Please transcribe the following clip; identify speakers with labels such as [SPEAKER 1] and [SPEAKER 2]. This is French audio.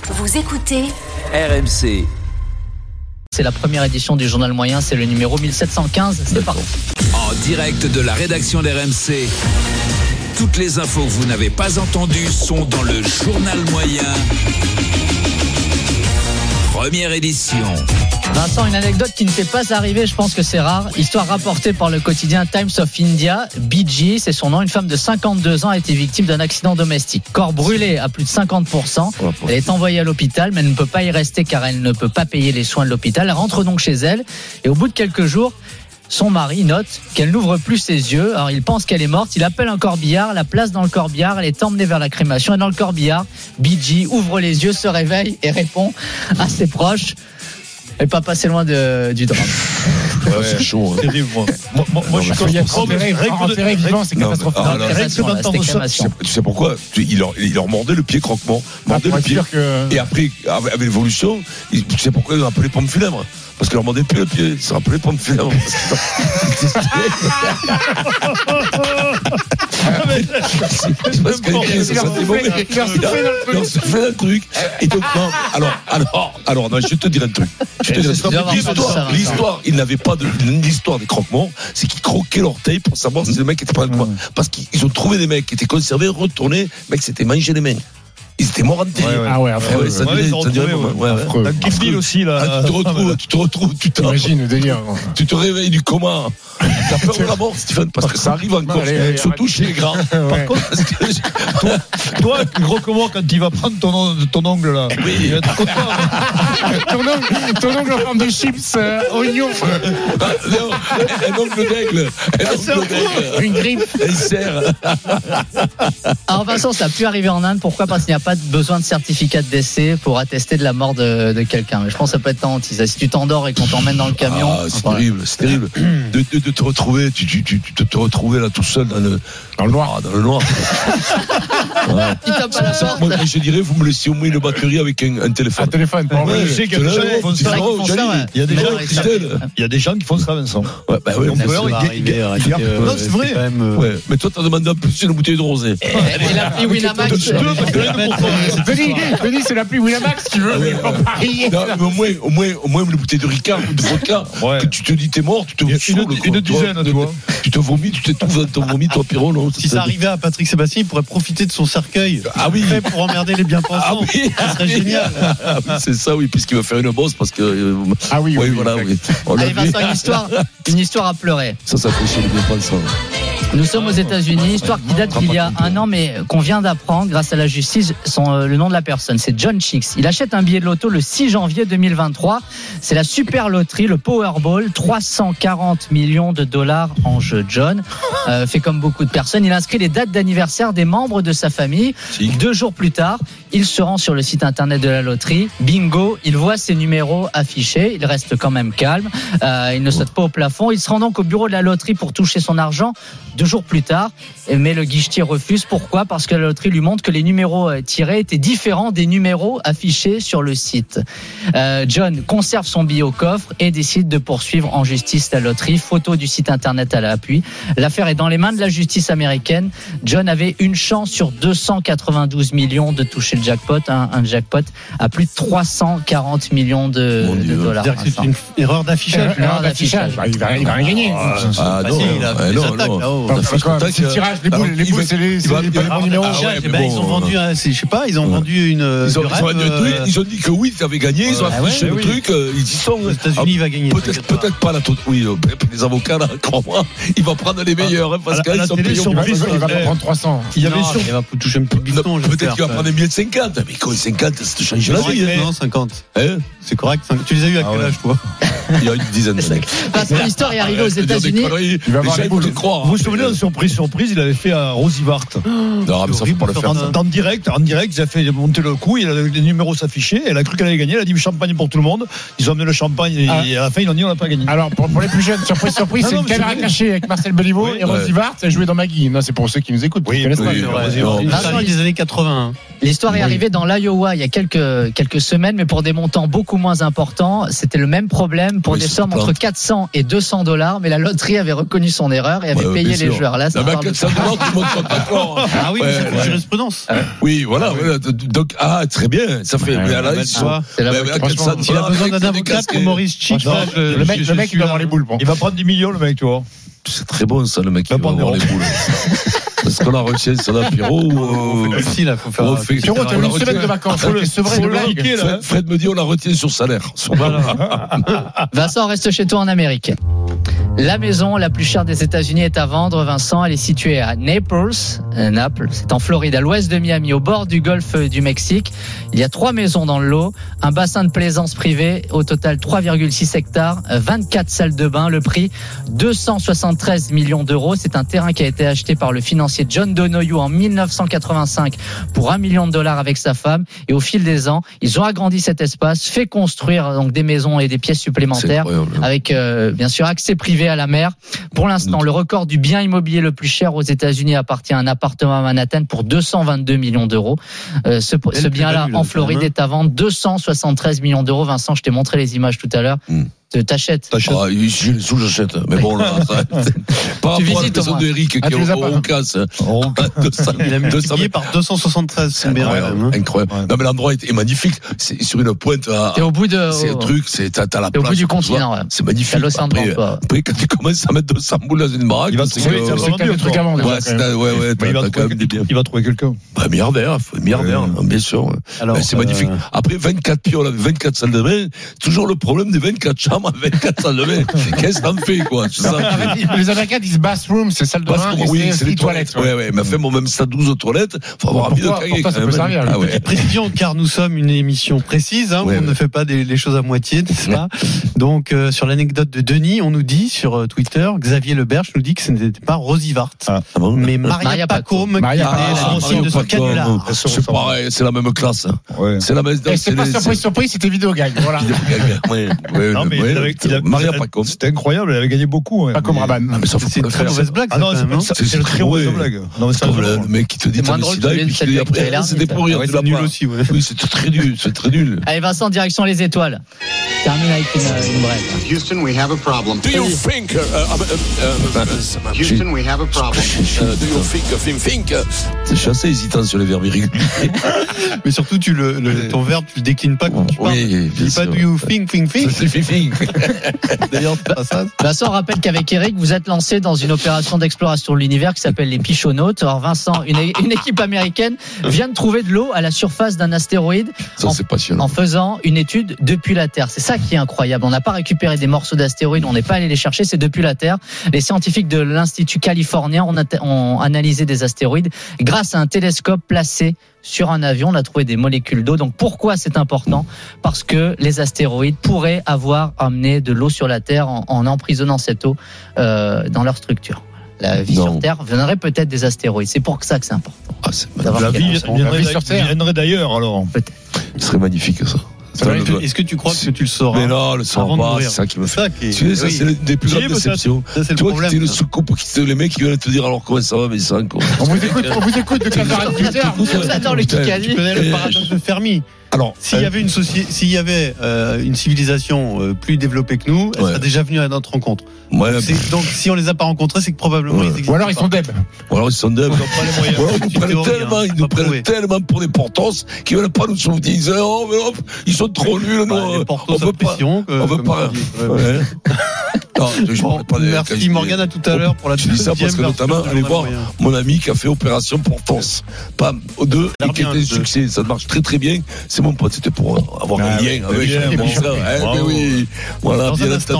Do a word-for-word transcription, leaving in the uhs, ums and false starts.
[SPEAKER 1] Vous écoutez
[SPEAKER 2] R M C.
[SPEAKER 3] C'est la première édition du Journal Moyen, c'est le numéro mille sept cent quinze, c'est parti.
[SPEAKER 2] En direct de la rédaction d'R M C. Toutes les infos que vous n'avez pas entendues sont dans le Journal Moyen. Première édition.
[SPEAKER 3] Vincent, une anecdote qui ne t'est pas arrivée, je pense que c'est rare. Histoire rapportée par le quotidien Times of India. B G, c'est son nom. Une femme de cinquante-deux ans a été victime d'un accident domestique. Corps brûlé à plus de cinquante pour cent. Elle est envoyée à l'hôpital, mais elle ne peut pas y rester car elle ne peut pas payer les soins de l'hôpital. Elle rentre donc chez elle et au bout de quelques jours, son mari note qu'elle n'ouvre plus ses yeux. Alors il pense qu'elle est morte. Il appelle un corbillard, la place dans le corbillard. Elle est emmenée vers la crémation. Et dans le corbillard, B G ouvre les yeux, se réveille et répond à ses proches. Elle n'est pas passée loin de, du drame.
[SPEAKER 4] Ouais, c'est chaud. Hein. Terrible, moi. Moi, moi, moi je suis comme
[SPEAKER 5] enterré vivant, c'est catastrophique.
[SPEAKER 4] Ah, là, là, ça, tu, sais, tu sais pourquoi il leur, il leur mordait le pied croquement. Mordait ah, le pied. Que... Et après, avec l'évolution, tu sais pourquoi ils ont appelé pompe funèbre. Parce qu'ils leur mordaient plus le pied. Ils se rappelaient pompe funèbre. C'est parce que ça sentait mauvais. On se fait un truc. Et donc, non. Alors, alors, alors, non, je te dirai un truc. Je te dirai l'histoire, l'histoire, il n'avait pas de, l'histoire des croquements, c'est qu'ils croquaient l'orteil pour savoir si le mec était pas avec moi. Parce qu'ils ont trouvé des mecs qui étaient conservés, retournés, le mec s'était mangé les mains. Ils étaient morts en télé. Ouais, ouais. Ah ouais, affreux. Ouais, ça ouais, dirait, ça dirait, ouais, ouais, ouais. Dans Kill Bill aussi, là. Ah, tu te retrouves, tu te retrouves, tu t'imagines le délire. Tu te réveilles du coma. T'as peur de la mort, Stephen, parce que ça arrive encore, allez, surtout allez, chez les grands. Ouais. Par contre, parce que toi, toi, gros comment quand il va prendre ton, ton ongle, là. Oui. Il va être content.
[SPEAKER 5] ton, ongle, ton ongle en forme de chips, euh, oignon.
[SPEAKER 4] Ah, non, un ongle d'aigle. Un ongle d'aigle.
[SPEAKER 5] Une grippe.
[SPEAKER 4] Il sert.
[SPEAKER 3] Alors Vincent, ça a pu arriver en Inde. Pourquoi ? Parce qu'il n'y a pas besoin de certificat de décès pour attester de la mort de, de quelqu'un. Mais je pense que ça peut être ta hantise. Si tu t'endors et qu'on t'emmène dans le camion.
[SPEAKER 4] Ah, c'est voilà. terrible, c'est terrible. De, de, de te retrouver, tu, tu, tu, tu te, te retrouver là tout seul dans le,
[SPEAKER 5] dans le noir.
[SPEAKER 4] Ah, dans le noir.
[SPEAKER 3] Ouais. Il tape pas la porte.
[SPEAKER 4] Moi, je dirais, vous me laissez au moins une batterie avec un, un téléphone.
[SPEAKER 5] Un téléphone, pour
[SPEAKER 4] ouais, je sais qu'il y a des gens qui font ça. Il y a des gens qui Il y a des gens qui font ça, Vincent. Ouais, bah oui, on peut Non, c'est vrai. Ouais, mais toi, t'as demandé en plus une bouteille de rosé.
[SPEAKER 3] Et la pluie Winamax.
[SPEAKER 5] Denis, c'est la pluie Winamax, tu veux.
[SPEAKER 4] Au moins, au moins, au moins, une bouteille de Ricard ou de vodka. Que tu te dis, t'es mort, tu te saoules. Une dizaine, tu vois. Tu te vomis, tu t'étouffes dans ton vomi, toi, Pierrot.
[SPEAKER 6] Si ça arrivait à Patrick Sébastien, il pourrait profiter de son cercueil.
[SPEAKER 4] Ah oui.
[SPEAKER 6] Fait pour emmerder les bien-pensants.
[SPEAKER 4] Ah oui.
[SPEAKER 6] Ça serait génial.
[SPEAKER 4] Ah oui, c'est ça, oui, puisqu'il va faire une bosse parce que.
[SPEAKER 5] Ah oui, oui,
[SPEAKER 4] voilà, oui.
[SPEAKER 3] Allez, Vincent, une histoire, une histoire à pleurer.
[SPEAKER 4] Ça, ça fait chier les bien-pensants.
[SPEAKER 3] Nous sommes aux États-Unis, histoire qui date d'il y a un an, mais qu'on vient d'apprendre grâce à la justice, son, euh, le nom de la personne, c'est John Chicks. Il achète un billet de loto le six janvier deux mille vingt-trois. C'est la super loterie, le Powerball, trois cent quarante millions de dollars en jeu. John euh, fait comme beaucoup de personnes. Il inscrit les dates d'anniversaire des membres de sa famille. Si. Deux jours plus tard, il se rend sur le site internet de la loterie. Bingo, il voit ses numéros affichés. Il reste quand même calme. Euh, il ne saute pas au plafond. Il se rend donc au bureau de la loterie pour toucher son argent. Deux jours plus tard, mais le guichetier refuse. Pourquoi ? Parce que la loterie lui montre que les numéros tirés étaient différents des numéros affichés sur le site. Euh, John conserve son billet au coffre et décide de poursuivre en justice la loterie. Photo du site internet à l'appui. L'affaire est dans les mains de la justice américaine. John avait une chance sur deux cent quatre-vingt-douze millions de toucher le jackpot, un, un jackpot à plus de trois cent quarante millions de, de
[SPEAKER 6] Dieu,
[SPEAKER 3] dollars.
[SPEAKER 6] C'est-à-dire que c'est une erreur d'affichage.
[SPEAKER 3] Une erreur d'affichage.
[SPEAKER 5] Bah, il va, il va rien gagner.
[SPEAKER 4] Ah, ah non,
[SPEAKER 6] il a
[SPEAKER 4] ah,
[SPEAKER 6] des
[SPEAKER 4] non,
[SPEAKER 6] attaques
[SPEAKER 4] non.
[SPEAKER 6] là-haut.
[SPEAKER 5] C'est le tirage, les boules, les boules, c'est les bons numéros.
[SPEAKER 6] Ils ont vendu, je sais pas, ils ont vendu une.
[SPEAKER 4] Ils ont vendu un truc, ils ont dit que oui, tu avais gagné, ils ont affiché le truc, ils y sont.
[SPEAKER 6] Les États-Unis, il va gagner.
[SPEAKER 4] Peut-être, peut-être pas la toute. Oui, les avocats là, crois-moi, il va prendre les meilleurs, parce qu'ils sont payés.
[SPEAKER 5] Il va prendre trois cents.
[SPEAKER 6] Il y avait sûr. Il va toucher un peu de piston.
[SPEAKER 4] Peut-être qu'il va prendre un billet de cinquante. Mais quoi, cinquante, ça te change la vie.
[SPEAKER 6] Non, cinquante. C'est correct. Tu les as eu à quel âge, toi?
[SPEAKER 4] Il y a une dizaine d'années.
[SPEAKER 3] Parce que l'histoire est arrivée aux États-Unis.
[SPEAKER 4] Il va avoir les boules de croire.
[SPEAKER 7] Vous vous souvenez, surprise, surprise, il avait fait à Rosivart.
[SPEAKER 4] Non, mais ça faut pas le faire.
[SPEAKER 7] En direct, en direct, ils ont fait monter le coup, il a les numéros s'affichaient, elle a cru qu'elle allait gagner, elle a dit champagne pour tout le monde. Ils ont amené le champagne et à la fin, ils ont dit on n'a pas gagné.
[SPEAKER 5] Alors, pour, pour les plus jeunes, surprise, surprise, c'est une caméra cachée avec Marcel Beliveau et Rosivart, ça a joué dans Maggie. Non, c'est pour ceux qui nous écoutent.
[SPEAKER 4] Oui,
[SPEAKER 5] connaissent
[SPEAKER 4] oui,
[SPEAKER 5] pas.
[SPEAKER 6] Une série des années quatre-vingts.
[SPEAKER 3] L'histoire est arrivée dans l'Iowa il y a quelques, quelques semaines, mais pour des montants beaucoup moins importants. C'était le même problème pour
[SPEAKER 4] oui,
[SPEAKER 3] des sommes entre quatre cents et deux cents dollars, mais la loterie avait reconnu son erreur et avait
[SPEAKER 4] ouais,
[SPEAKER 3] payé les
[SPEAKER 4] sûr.
[SPEAKER 3] joueurs. Là, ça
[SPEAKER 4] quatre cents dollars, tout le monde sont d'accord.
[SPEAKER 6] Ah oui, mais c'est une jurisprudence.
[SPEAKER 4] Oui, voilà. voilà, voilà. Donc, ah, très bien. Ça fait. Mais là, ils sont.
[SPEAKER 3] C'est la
[SPEAKER 4] Mais
[SPEAKER 3] bonne-
[SPEAKER 4] avec ça,
[SPEAKER 6] Il a besoin d'un avocat pour Maurice Chic.
[SPEAKER 7] Non,
[SPEAKER 6] là, je-
[SPEAKER 5] Le mec,
[SPEAKER 6] je-
[SPEAKER 5] le mec,
[SPEAKER 6] je
[SPEAKER 5] il va
[SPEAKER 6] suis
[SPEAKER 5] avoir
[SPEAKER 6] là.
[SPEAKER 5] les boules. Bon.
[SPEAKER 7] Il va prendre dix millions, le mec, tu vois.
[SPEAKER 4] C'est très bon, ça, le mec qui
[SPEAKER 7] Va
[SPEAKER 4] va
[SPEAKER 7] prendre
[SPEAKER 4] avoir
[SPEAKER 7] des
[SPEAKER 4] les boules. Est-ce qu'on a retient ça là, Pierrot ou, euh,
[SPEAKER 6] Si, là, faut faire.
[SPEAKER 4] on fait-
[SPEAKER 5] Pierrot, t'as eu
[SPEAKER 4] on
[SPEAKER 5] une
[SPEAKER 4] la
[SPEAKER 5] semaine
[SPEAKER 4] retient.
[SPEAKER 5] de vacances.
[SPEAKER 7] Faut le-
[SPEAKER 5] C'est vrai,
[SPEAKER 7] faut
[SPEAKER 5] de
[SPEAKER 7] le
[SPEAKER 5] blague.
[SPEAKER 7] niquer, là.
[SPEAKER 4] Fred, Fred me dit, on la retient sur salaire.
[SPEAKER 3] Vincent, reste chez toi en Amérique. La maison la plus chère des États-Unis est à vendre. Vincent, elle est située à Naples. Euh, Naples, c'est en Floride, à l'ouest de Miami, au bord du golfe du Mexique. Il y a trois maisons dans le lot, un bassin de plaisance privé, au total trois virgule six hectares, vingt-quatre salles de bain. Le prix, deux cent soixante-treize millions d'euros. C'est un terrain qui a été acheté par le financier John Donoghue en mille neuf cent quatre-vingt-cinq pour un million de dollars avec sa femme. Et au fil des ans, ils ont agrandi cet espace, fait construire donc des maisons et des pièces supplémentaires, avec euh, bien sûr accès privé à la mer. Pour l'instant, le record du bien immobilier le plus cher aux États-Unis appartient à un appartement à Manhattan pour deux cent vingt-deux millions d'euros. Euh, ce, ce bien-là en Floride est à vendre deux cent soixante-treize millions d'euros. Vincent, je t'ai montré les images tout à l'heure.
[SPEAKER 4] Mm.
[SPEAKER 3] T'achètes.
[SPEAKER 4] Ah, j'ai les sous, j'achète. Mais bon, là, ça, par
[SPEAKER 3] Tu
[SPEAKER 4] rapport à la
[SPEAKER 3] visites,
[SPEAKER 4] maison
[SPEAKER 3] au moins.
[SPEAKER 4] d'Eric qui
[SPEAKER 5] Ah,
[SPEAKER 4] est
[SPEAKER 5] tu les as
[SPEAKER 4] au
[SPEAKER 5] pas.
[SPEAKER 4] au casse.
[SPEAKER 6] Il a multiplié par deux cent soixante-treize.
[SPEAKER 4] C'est incroyable.
[SPEAKER 6] hein.
[SPEAKER 4] incroyable.
[SPEAKER 7] Ouais.
[SPEAKER 4] Non, mais l'endroit est, est magnifique. C'est sur une pointe. À,
[SPEAKER 3] T'es au bout de.
[SPEAKER 4] c'est un truc, c'est, t'as, t'as la
[SPEAKER 3] T'es au
[SPEAKER 4] plage.
[SPEAKER 3] bout du
[SPEAKER 4] tu vois.
[SPEAKER 3] continent. Ouais.
[SPEAKER 4] C'est magnifique.
[SPEAKER 3] T'as l'océan
[SPEAKER 4] Après,
[SPEAKER 3] devant toi.
[SPEAKER 4] après, quand tu commences à mettre deux cents boules dans une baraque,
[SPEAKER 7] Il va
[SPEAKER 4] c'est
[SPEAKER 7] trouver-
[SPEAKER 4] que-
[SPEAKER 7] c'est
[SPEAKER 5] C'est quand même des trucs à vendre.
[SPEAKER 4] Ouais,
[SPEAKER 5] déjà,
[SPEAKER 4] c'est,
[SPEAKER 5] quand même.
[SPEAKER 4] ouais, ouais,
[SPEAKER 7] Mais
[SPEAKER 4] t'as,
[SPEAKER 7] il va
[SPEAKER 4] t'as quand
[SPEAKER 7] trouver
[SPEAKER 4] même des biens.
[SPEAKER 7] quel- il va trouver quelqu'un.
[SPEAKER 4] Bah, milliardaire, faut- milliardaire,
[SPEAKER 7] Ouais.
[SPEAKER 4] bien sûr.
[SPEAKER 6] Alors,
[SPEAKER 4] Ben, c'est
[SPEAKER 6] euh,
[SPEAKER 4] magnifique. Après, vingt-quatre pieds, on avait vingt-quatre salles de bain. Toujours le problème des vingt-quatre chambres, vingt-quatre salles de bain. Qu'est-ce que t'en fais, quoi? C'est ça.
[SPEAKER 5] Les Américains disent bathroom, c'est salle de bain,
[SPEAKER 4] Parce que,
[SPEAKER 5] et
[SPEAKER 4] oui,
[SPEAKER 5] c'est
[SPEAKER 4] c'est les toilettes.
[SPEAKER 5] toilettes.
[SPEAKER 4] Ouais, ouais, mais fait, moi, même ça, douze toilettes, faut avoir
[SPEAKER 5] Pour
[SPEAKER 4] envie de
[SPEAKER 5] toi-
[SPEAKER 4] caguer.
[SPEAKER 5] pour toi, ça
[SPEAKER 4] quand
[SPEAKER 5] peut
[SPEAKER 4] même.
[SPEAKER 5] servir,
[SPEAKER 4] Ah ouais.
[SPEAKER 6] Petite précision, car nous sommes une émission précise, hein,
[SPEAKER 4] Ouais,
[SPEAKER 6] on
[SPEAKER 4] ouais.
[SPEAKER 6] ne fait pas des, les choses à moitié, n'est-ce pas? Donc, euh, sur l'anecdote de Denis, on nous dit sur euh, Twitter, Xavier Leberge nous dit que ce n'était pas Rosy Vart,
[SPEAKER 7] Ah.
[SPEAKER 4] Ah bon?
[SPEAKER 6] mais Maria,
[SPEAKER 3] Maria
[SPEAKER 6] Pacôme, qui
[SPEAKER 5] Maria
[SPEAKER 6] était
[SPEAKER 5] Pacôme.
[SPEAKER 6] la
[SPEAKER 4] Ah,
[SPEAKER 6] victime de ce
[SPEAKER 4] Maria Pacôme.
[SPEAKER 6] canular.
[SPEAKER 4] C'est pareil, c'est la même classe.
[SPEAKER 7] Ouais.
[SPEAKER 4] C'est la même.
[SPEAKER 5] Et c'est pas surprise, surprise, c'était vidéo gag. Voilà.
[SPEAKER 4] Ouais, ouais,
[SPEAKER 7] Non, mais
[SPEAKER 4] ouais,
[SPEAKER 7] il avait- il a-
[SPEAKER 4] Maria
[SPEAKER 7] c'était-
[SPEAKER 4] Pacôme.
[SPEAKER 7] C'était incroyable, elle avait gagné beaucoup. hein.
[SPEAKER 5] Pas comme
[SPEAKER 7] Mais-
[SPEAKER 5] Rabanne.
[SPEAKER 4] Ah, mais ça, faut
[SPEAKER 6] C'est
[SPEAKER 4] pas
[SPEAKER 6] une
[SPEAKER 4] le
[SPEAKER 6] très
[SPEAKER 4] faire.
[SPEAKER 6] mauvaise blague,
[SPEAKER 7] Ah
[SPEAKER 6] ça,
[SPEAKER 7] non,
[SPEAKER 6] quand
[SPEAKER 7] c'est
[SPEAKER 6] même,
[SPEAKER 7] pas-
[SPEAKER 6] hein.
[SPEAKER 7] c'est
[SPEAKER 4] C'est-
[SPEAKER 7] c'est une
[SPEAKER 4] c'est
[SPEAKER 7] très
[SPEAKER 4] trop
[SPEAKER 7] mauvaise
[SPEAKER 4] mauvais.
[SPEAKER 7] blague. Non, mais
[SPEAKER 4] C'est comme le
[SPEAKER 7] sérieusement.
[SPEAKER 4] mec qui te dit
[SPEAKER 3] C'est
[SPEAKER 4] t'as
[SPEAKER 3] moins
[SPEAKER 4] le
[SPEAKER 3] drôle
[SPEAKER 4] sida
[SPEAKER 3] que
[SPEAKER 4] et puis
[SPEAKER 3] celle
[SPEAKER 4] qui dit
[SPEAKER 3] avec
[SPEAKER 4] après
[SPEAKER 3] Taylor,
[SPEAKER 4] ah, c'est
[SPEAKER 3] mais
[SPEAKER 4] des
[SPEAKER 3] ça-
[SPEAKER 4] pourris.
[SPEAKER 6] Ouais,
[SPEAKER 4] tu
[SPEAKER 6] c'est
[SPEAKER 4] l'as
[SPEAKER 6] nul
[SPEAKER 4] pas.
[SPEAKER 6] aussi, ouais.
[SPEAKER 4] Oui, c'est très nul, c'est très nul.
[SPEAKER 3] Allez, Vincent, direction les étoiles. Termine avec une, une brève.
[SPEAKER 1] Houston, we have a problem.
[SPEAKER 2] Do you think uh, uh, uh, uh,
[SPEAKER 1] Houston, we have a problem.
[SPEAKER 2] uh, do you think think think
[SPEAKER 4] C'est assez hésitant sur les verbes irréguliers.
[SPEAKER 6] Mais surtout, tu le, le- ton verbe, tu le déclines pas quand tu parles.
[SPEAKER 4] Oui,
[SPEAKER 6] Tu
[SPEAKER 4] bien
[SPEAKER 6] dis pas
[SPEAKER 4] sûr.
[SPEAKER 6] do you think, think, think.
[SPEAKER 4] C'est fifing.
[SPEAKER 6] D'ailleurs, c'est pas ça.
[SPEAKER 3] Vincent rappelle qu'avec Eric, vous êtes lancé dans une opération d'exploration de l'univers qui s'appelle les Pichonautes. Alors Vincent, une, une équipe américaine vient de trouver de l'eau à la surface d'un astéroïde
[SPEAKER 4] Ça,
[SPEAKER 3] en,
[SPEAKER 4] c'est passionnant.
[SPEAKER 3] en faisant une étude depuis la Terre. C'est ça qui est incroyable. On n'a pas récupéré des morceaux d'astéroïdes, on n'est pas allé les chercher, c'est depuis la Terre. Les scientifiques de l'Institut californien ont, at- ont analysé des astéroïdes grâce à un télescope placé sur un avion. On a trouvé des molécules d'eau. Donc pourquoi c'est important? Parce que les astéroïdes pourraient avoir amené de l'eau sur la Terre en, en emprisonnant cette eau euh, dans leur structure. La vie
[SPEAKER 4] Non.
[SPEAKER 3] sur Terre viendrait peut-être des astéroïdes. C'est pour ça que c'est important.
[SPEAKER 4] Ah, c'est
[SPEAKER 3] D'avoir
[SPEAKER 7] La
[SPEAKER 3] quelque
[SPEAKER 7] vie
[SPEAKER 3] chose.
[SPEAKER 7] viendrait
[SPEAKER 5] vie sur Terre.
[SPEAKER 7] viendrait d'ailleurs, alors.
[SPEAKER 4] Ce serait magnifique, ça.
[SPEAKER 5] Ça va
[SPEAKER 6] Est-ce que- Est-ce que tu crois que tu le sauras
[SPEAKER 4] Mais non, le sang
[SPEAKER 6] avant de
[SPEAKER 4] pas,
[SPEAKER 6] mourir?
[SPEAKER 4] c'est ça qui me fait.
[SPEAKER 6] Ça qui est-
[SPEAKER 4] Tu sais, ça,
[SPEAKER 6] oui.
[SPEAKER 4] c'est l'une des plus
[SPEAKER 7] Si,
[SPEAKER 4] grandes
[SPEAKER 7] peut-être.
[SPEAKER 4] déceptions.
[SPEAKER 6] Ça, c'est le
[SPEAKER 4] Toi,
[SPEAKER 6] problème.
[SPEAKER 4] c'est le soucoupe qui te, les mecs qui viennent te dire alors comment ça va, mais ça, quoi.
[SPEAKER 5] On vous écoute, on vous écoute de quinze heures à dix-huit heures.
[SPEAKER 3] Attends, le
[SPEAKER 4] Putain,
[SPEAKER 3] Kikadi.
[SPEAKER 6] Tu connais le paradoxe de Fermi.
[SPEAKER 4] Alors,
[SPEAKER 6] S'il y avait une société, s'il y avait euh, une civilisation euh, plus développée que nous, elle
[SPEAKER 4] Ouais.
[SPEAKER 6] serait déjà venue à notre rencontre.
[SPEAKER 4] ouais,
[SPEAKER 6] C'est- donc, si on les a pas rencontrés, c'est que probablement
[SPEAKER 4] Ouais.
[SPEAKER 6] ils existent.
[SPEAKER 5] Ou alors ils sont
[SPEAKER 6] pas.
[SPEAKER 5] deb.
[SPEAKER 4] ou alors ils sont deux.
[SPEAKER 7] Ils n'ont pas les moyens.
[SPEAKER 4] Ou alors ils nous
[SPEAKER 6] C'est une
[SPEAKER 4] prennent
[SPEAKER 6] théorie,
[SPEAKER 4] tellement,
[SPEAKER 6] hein,
[SPEAKER 4] ils
[SPEAKER 6] c'est
[SPEAKER 4] nous
[SPEAKER 6] pas
[SPEAKER 4] prennent
[SPEAKER 6] prouvé.
[SPEAKER 4] tellement pour des portos qu'ils veulent pas nous sauver. Ils disent, oh, mais hop, ils sont trop nuls, nous.
[SPEAKER 6] Bah, les portos
[SPEAKER 4] on peut
[SPEAKER 6] à
[SPEAKER 4] pas.
[SPEAKER 6] pression, que-
[SPEAKER 4] On peut
[SPEAKER 6] comme
[SPEAKER 4] pas.
[SPEAKER 6] on dit. Ouais.
[SPEAKER 4] Ouais. Non, je
[SPEAKER 6] Bon,
[SPEAKER 4] parle pas des- quand
[SPEAKER 6] merci
[SPEAKER 4] je-
[SPEAKER 6] Morgane, à tout à l'heure pour la
[SPEAKER 4] Je dis ça parce
[SPEAKER 6] deuxième
[SPEAKER 4] que notamment,
[SPEAKER 6] version
[SPEAKER 4] allez
[SPEAKER 6] du
[SPEAKER 4] voir
[SPEAKER 6] Journal
[SPEAKER 4] mon ami qui a fait opération Portance. Pas aux deux, et qui
[SPEAKER 6] bien,
[SPEAKER 4] était un
[SPEAKER 6] le deux.
[SPEAKER 4] succès. Ça marche très très bien. C'est mon pote, c'était pour avoir
[SPEAKER 7] Ah,
[SPEAKER 4] un
[SPEAKER 7] oui,
[SPEAKER 4] lien
[SPEAKER 7] oui,
[SPEAKER 4] avec
[SPEAKER 7] bien,
[SPEAKER 4] mon
[SPEAKER 7] bien.
[SPEAKER 4] frère. Eh,
[SPEAKER 7] Bravo.
[SPEAKER 4] mais oui. Voilà,
[SPEAKER 6] Dans
[SPEAKER 4] bien
[SPEAKER 6] un
[SPEAKER 4] entendu.
[SPEAKER 6] instant,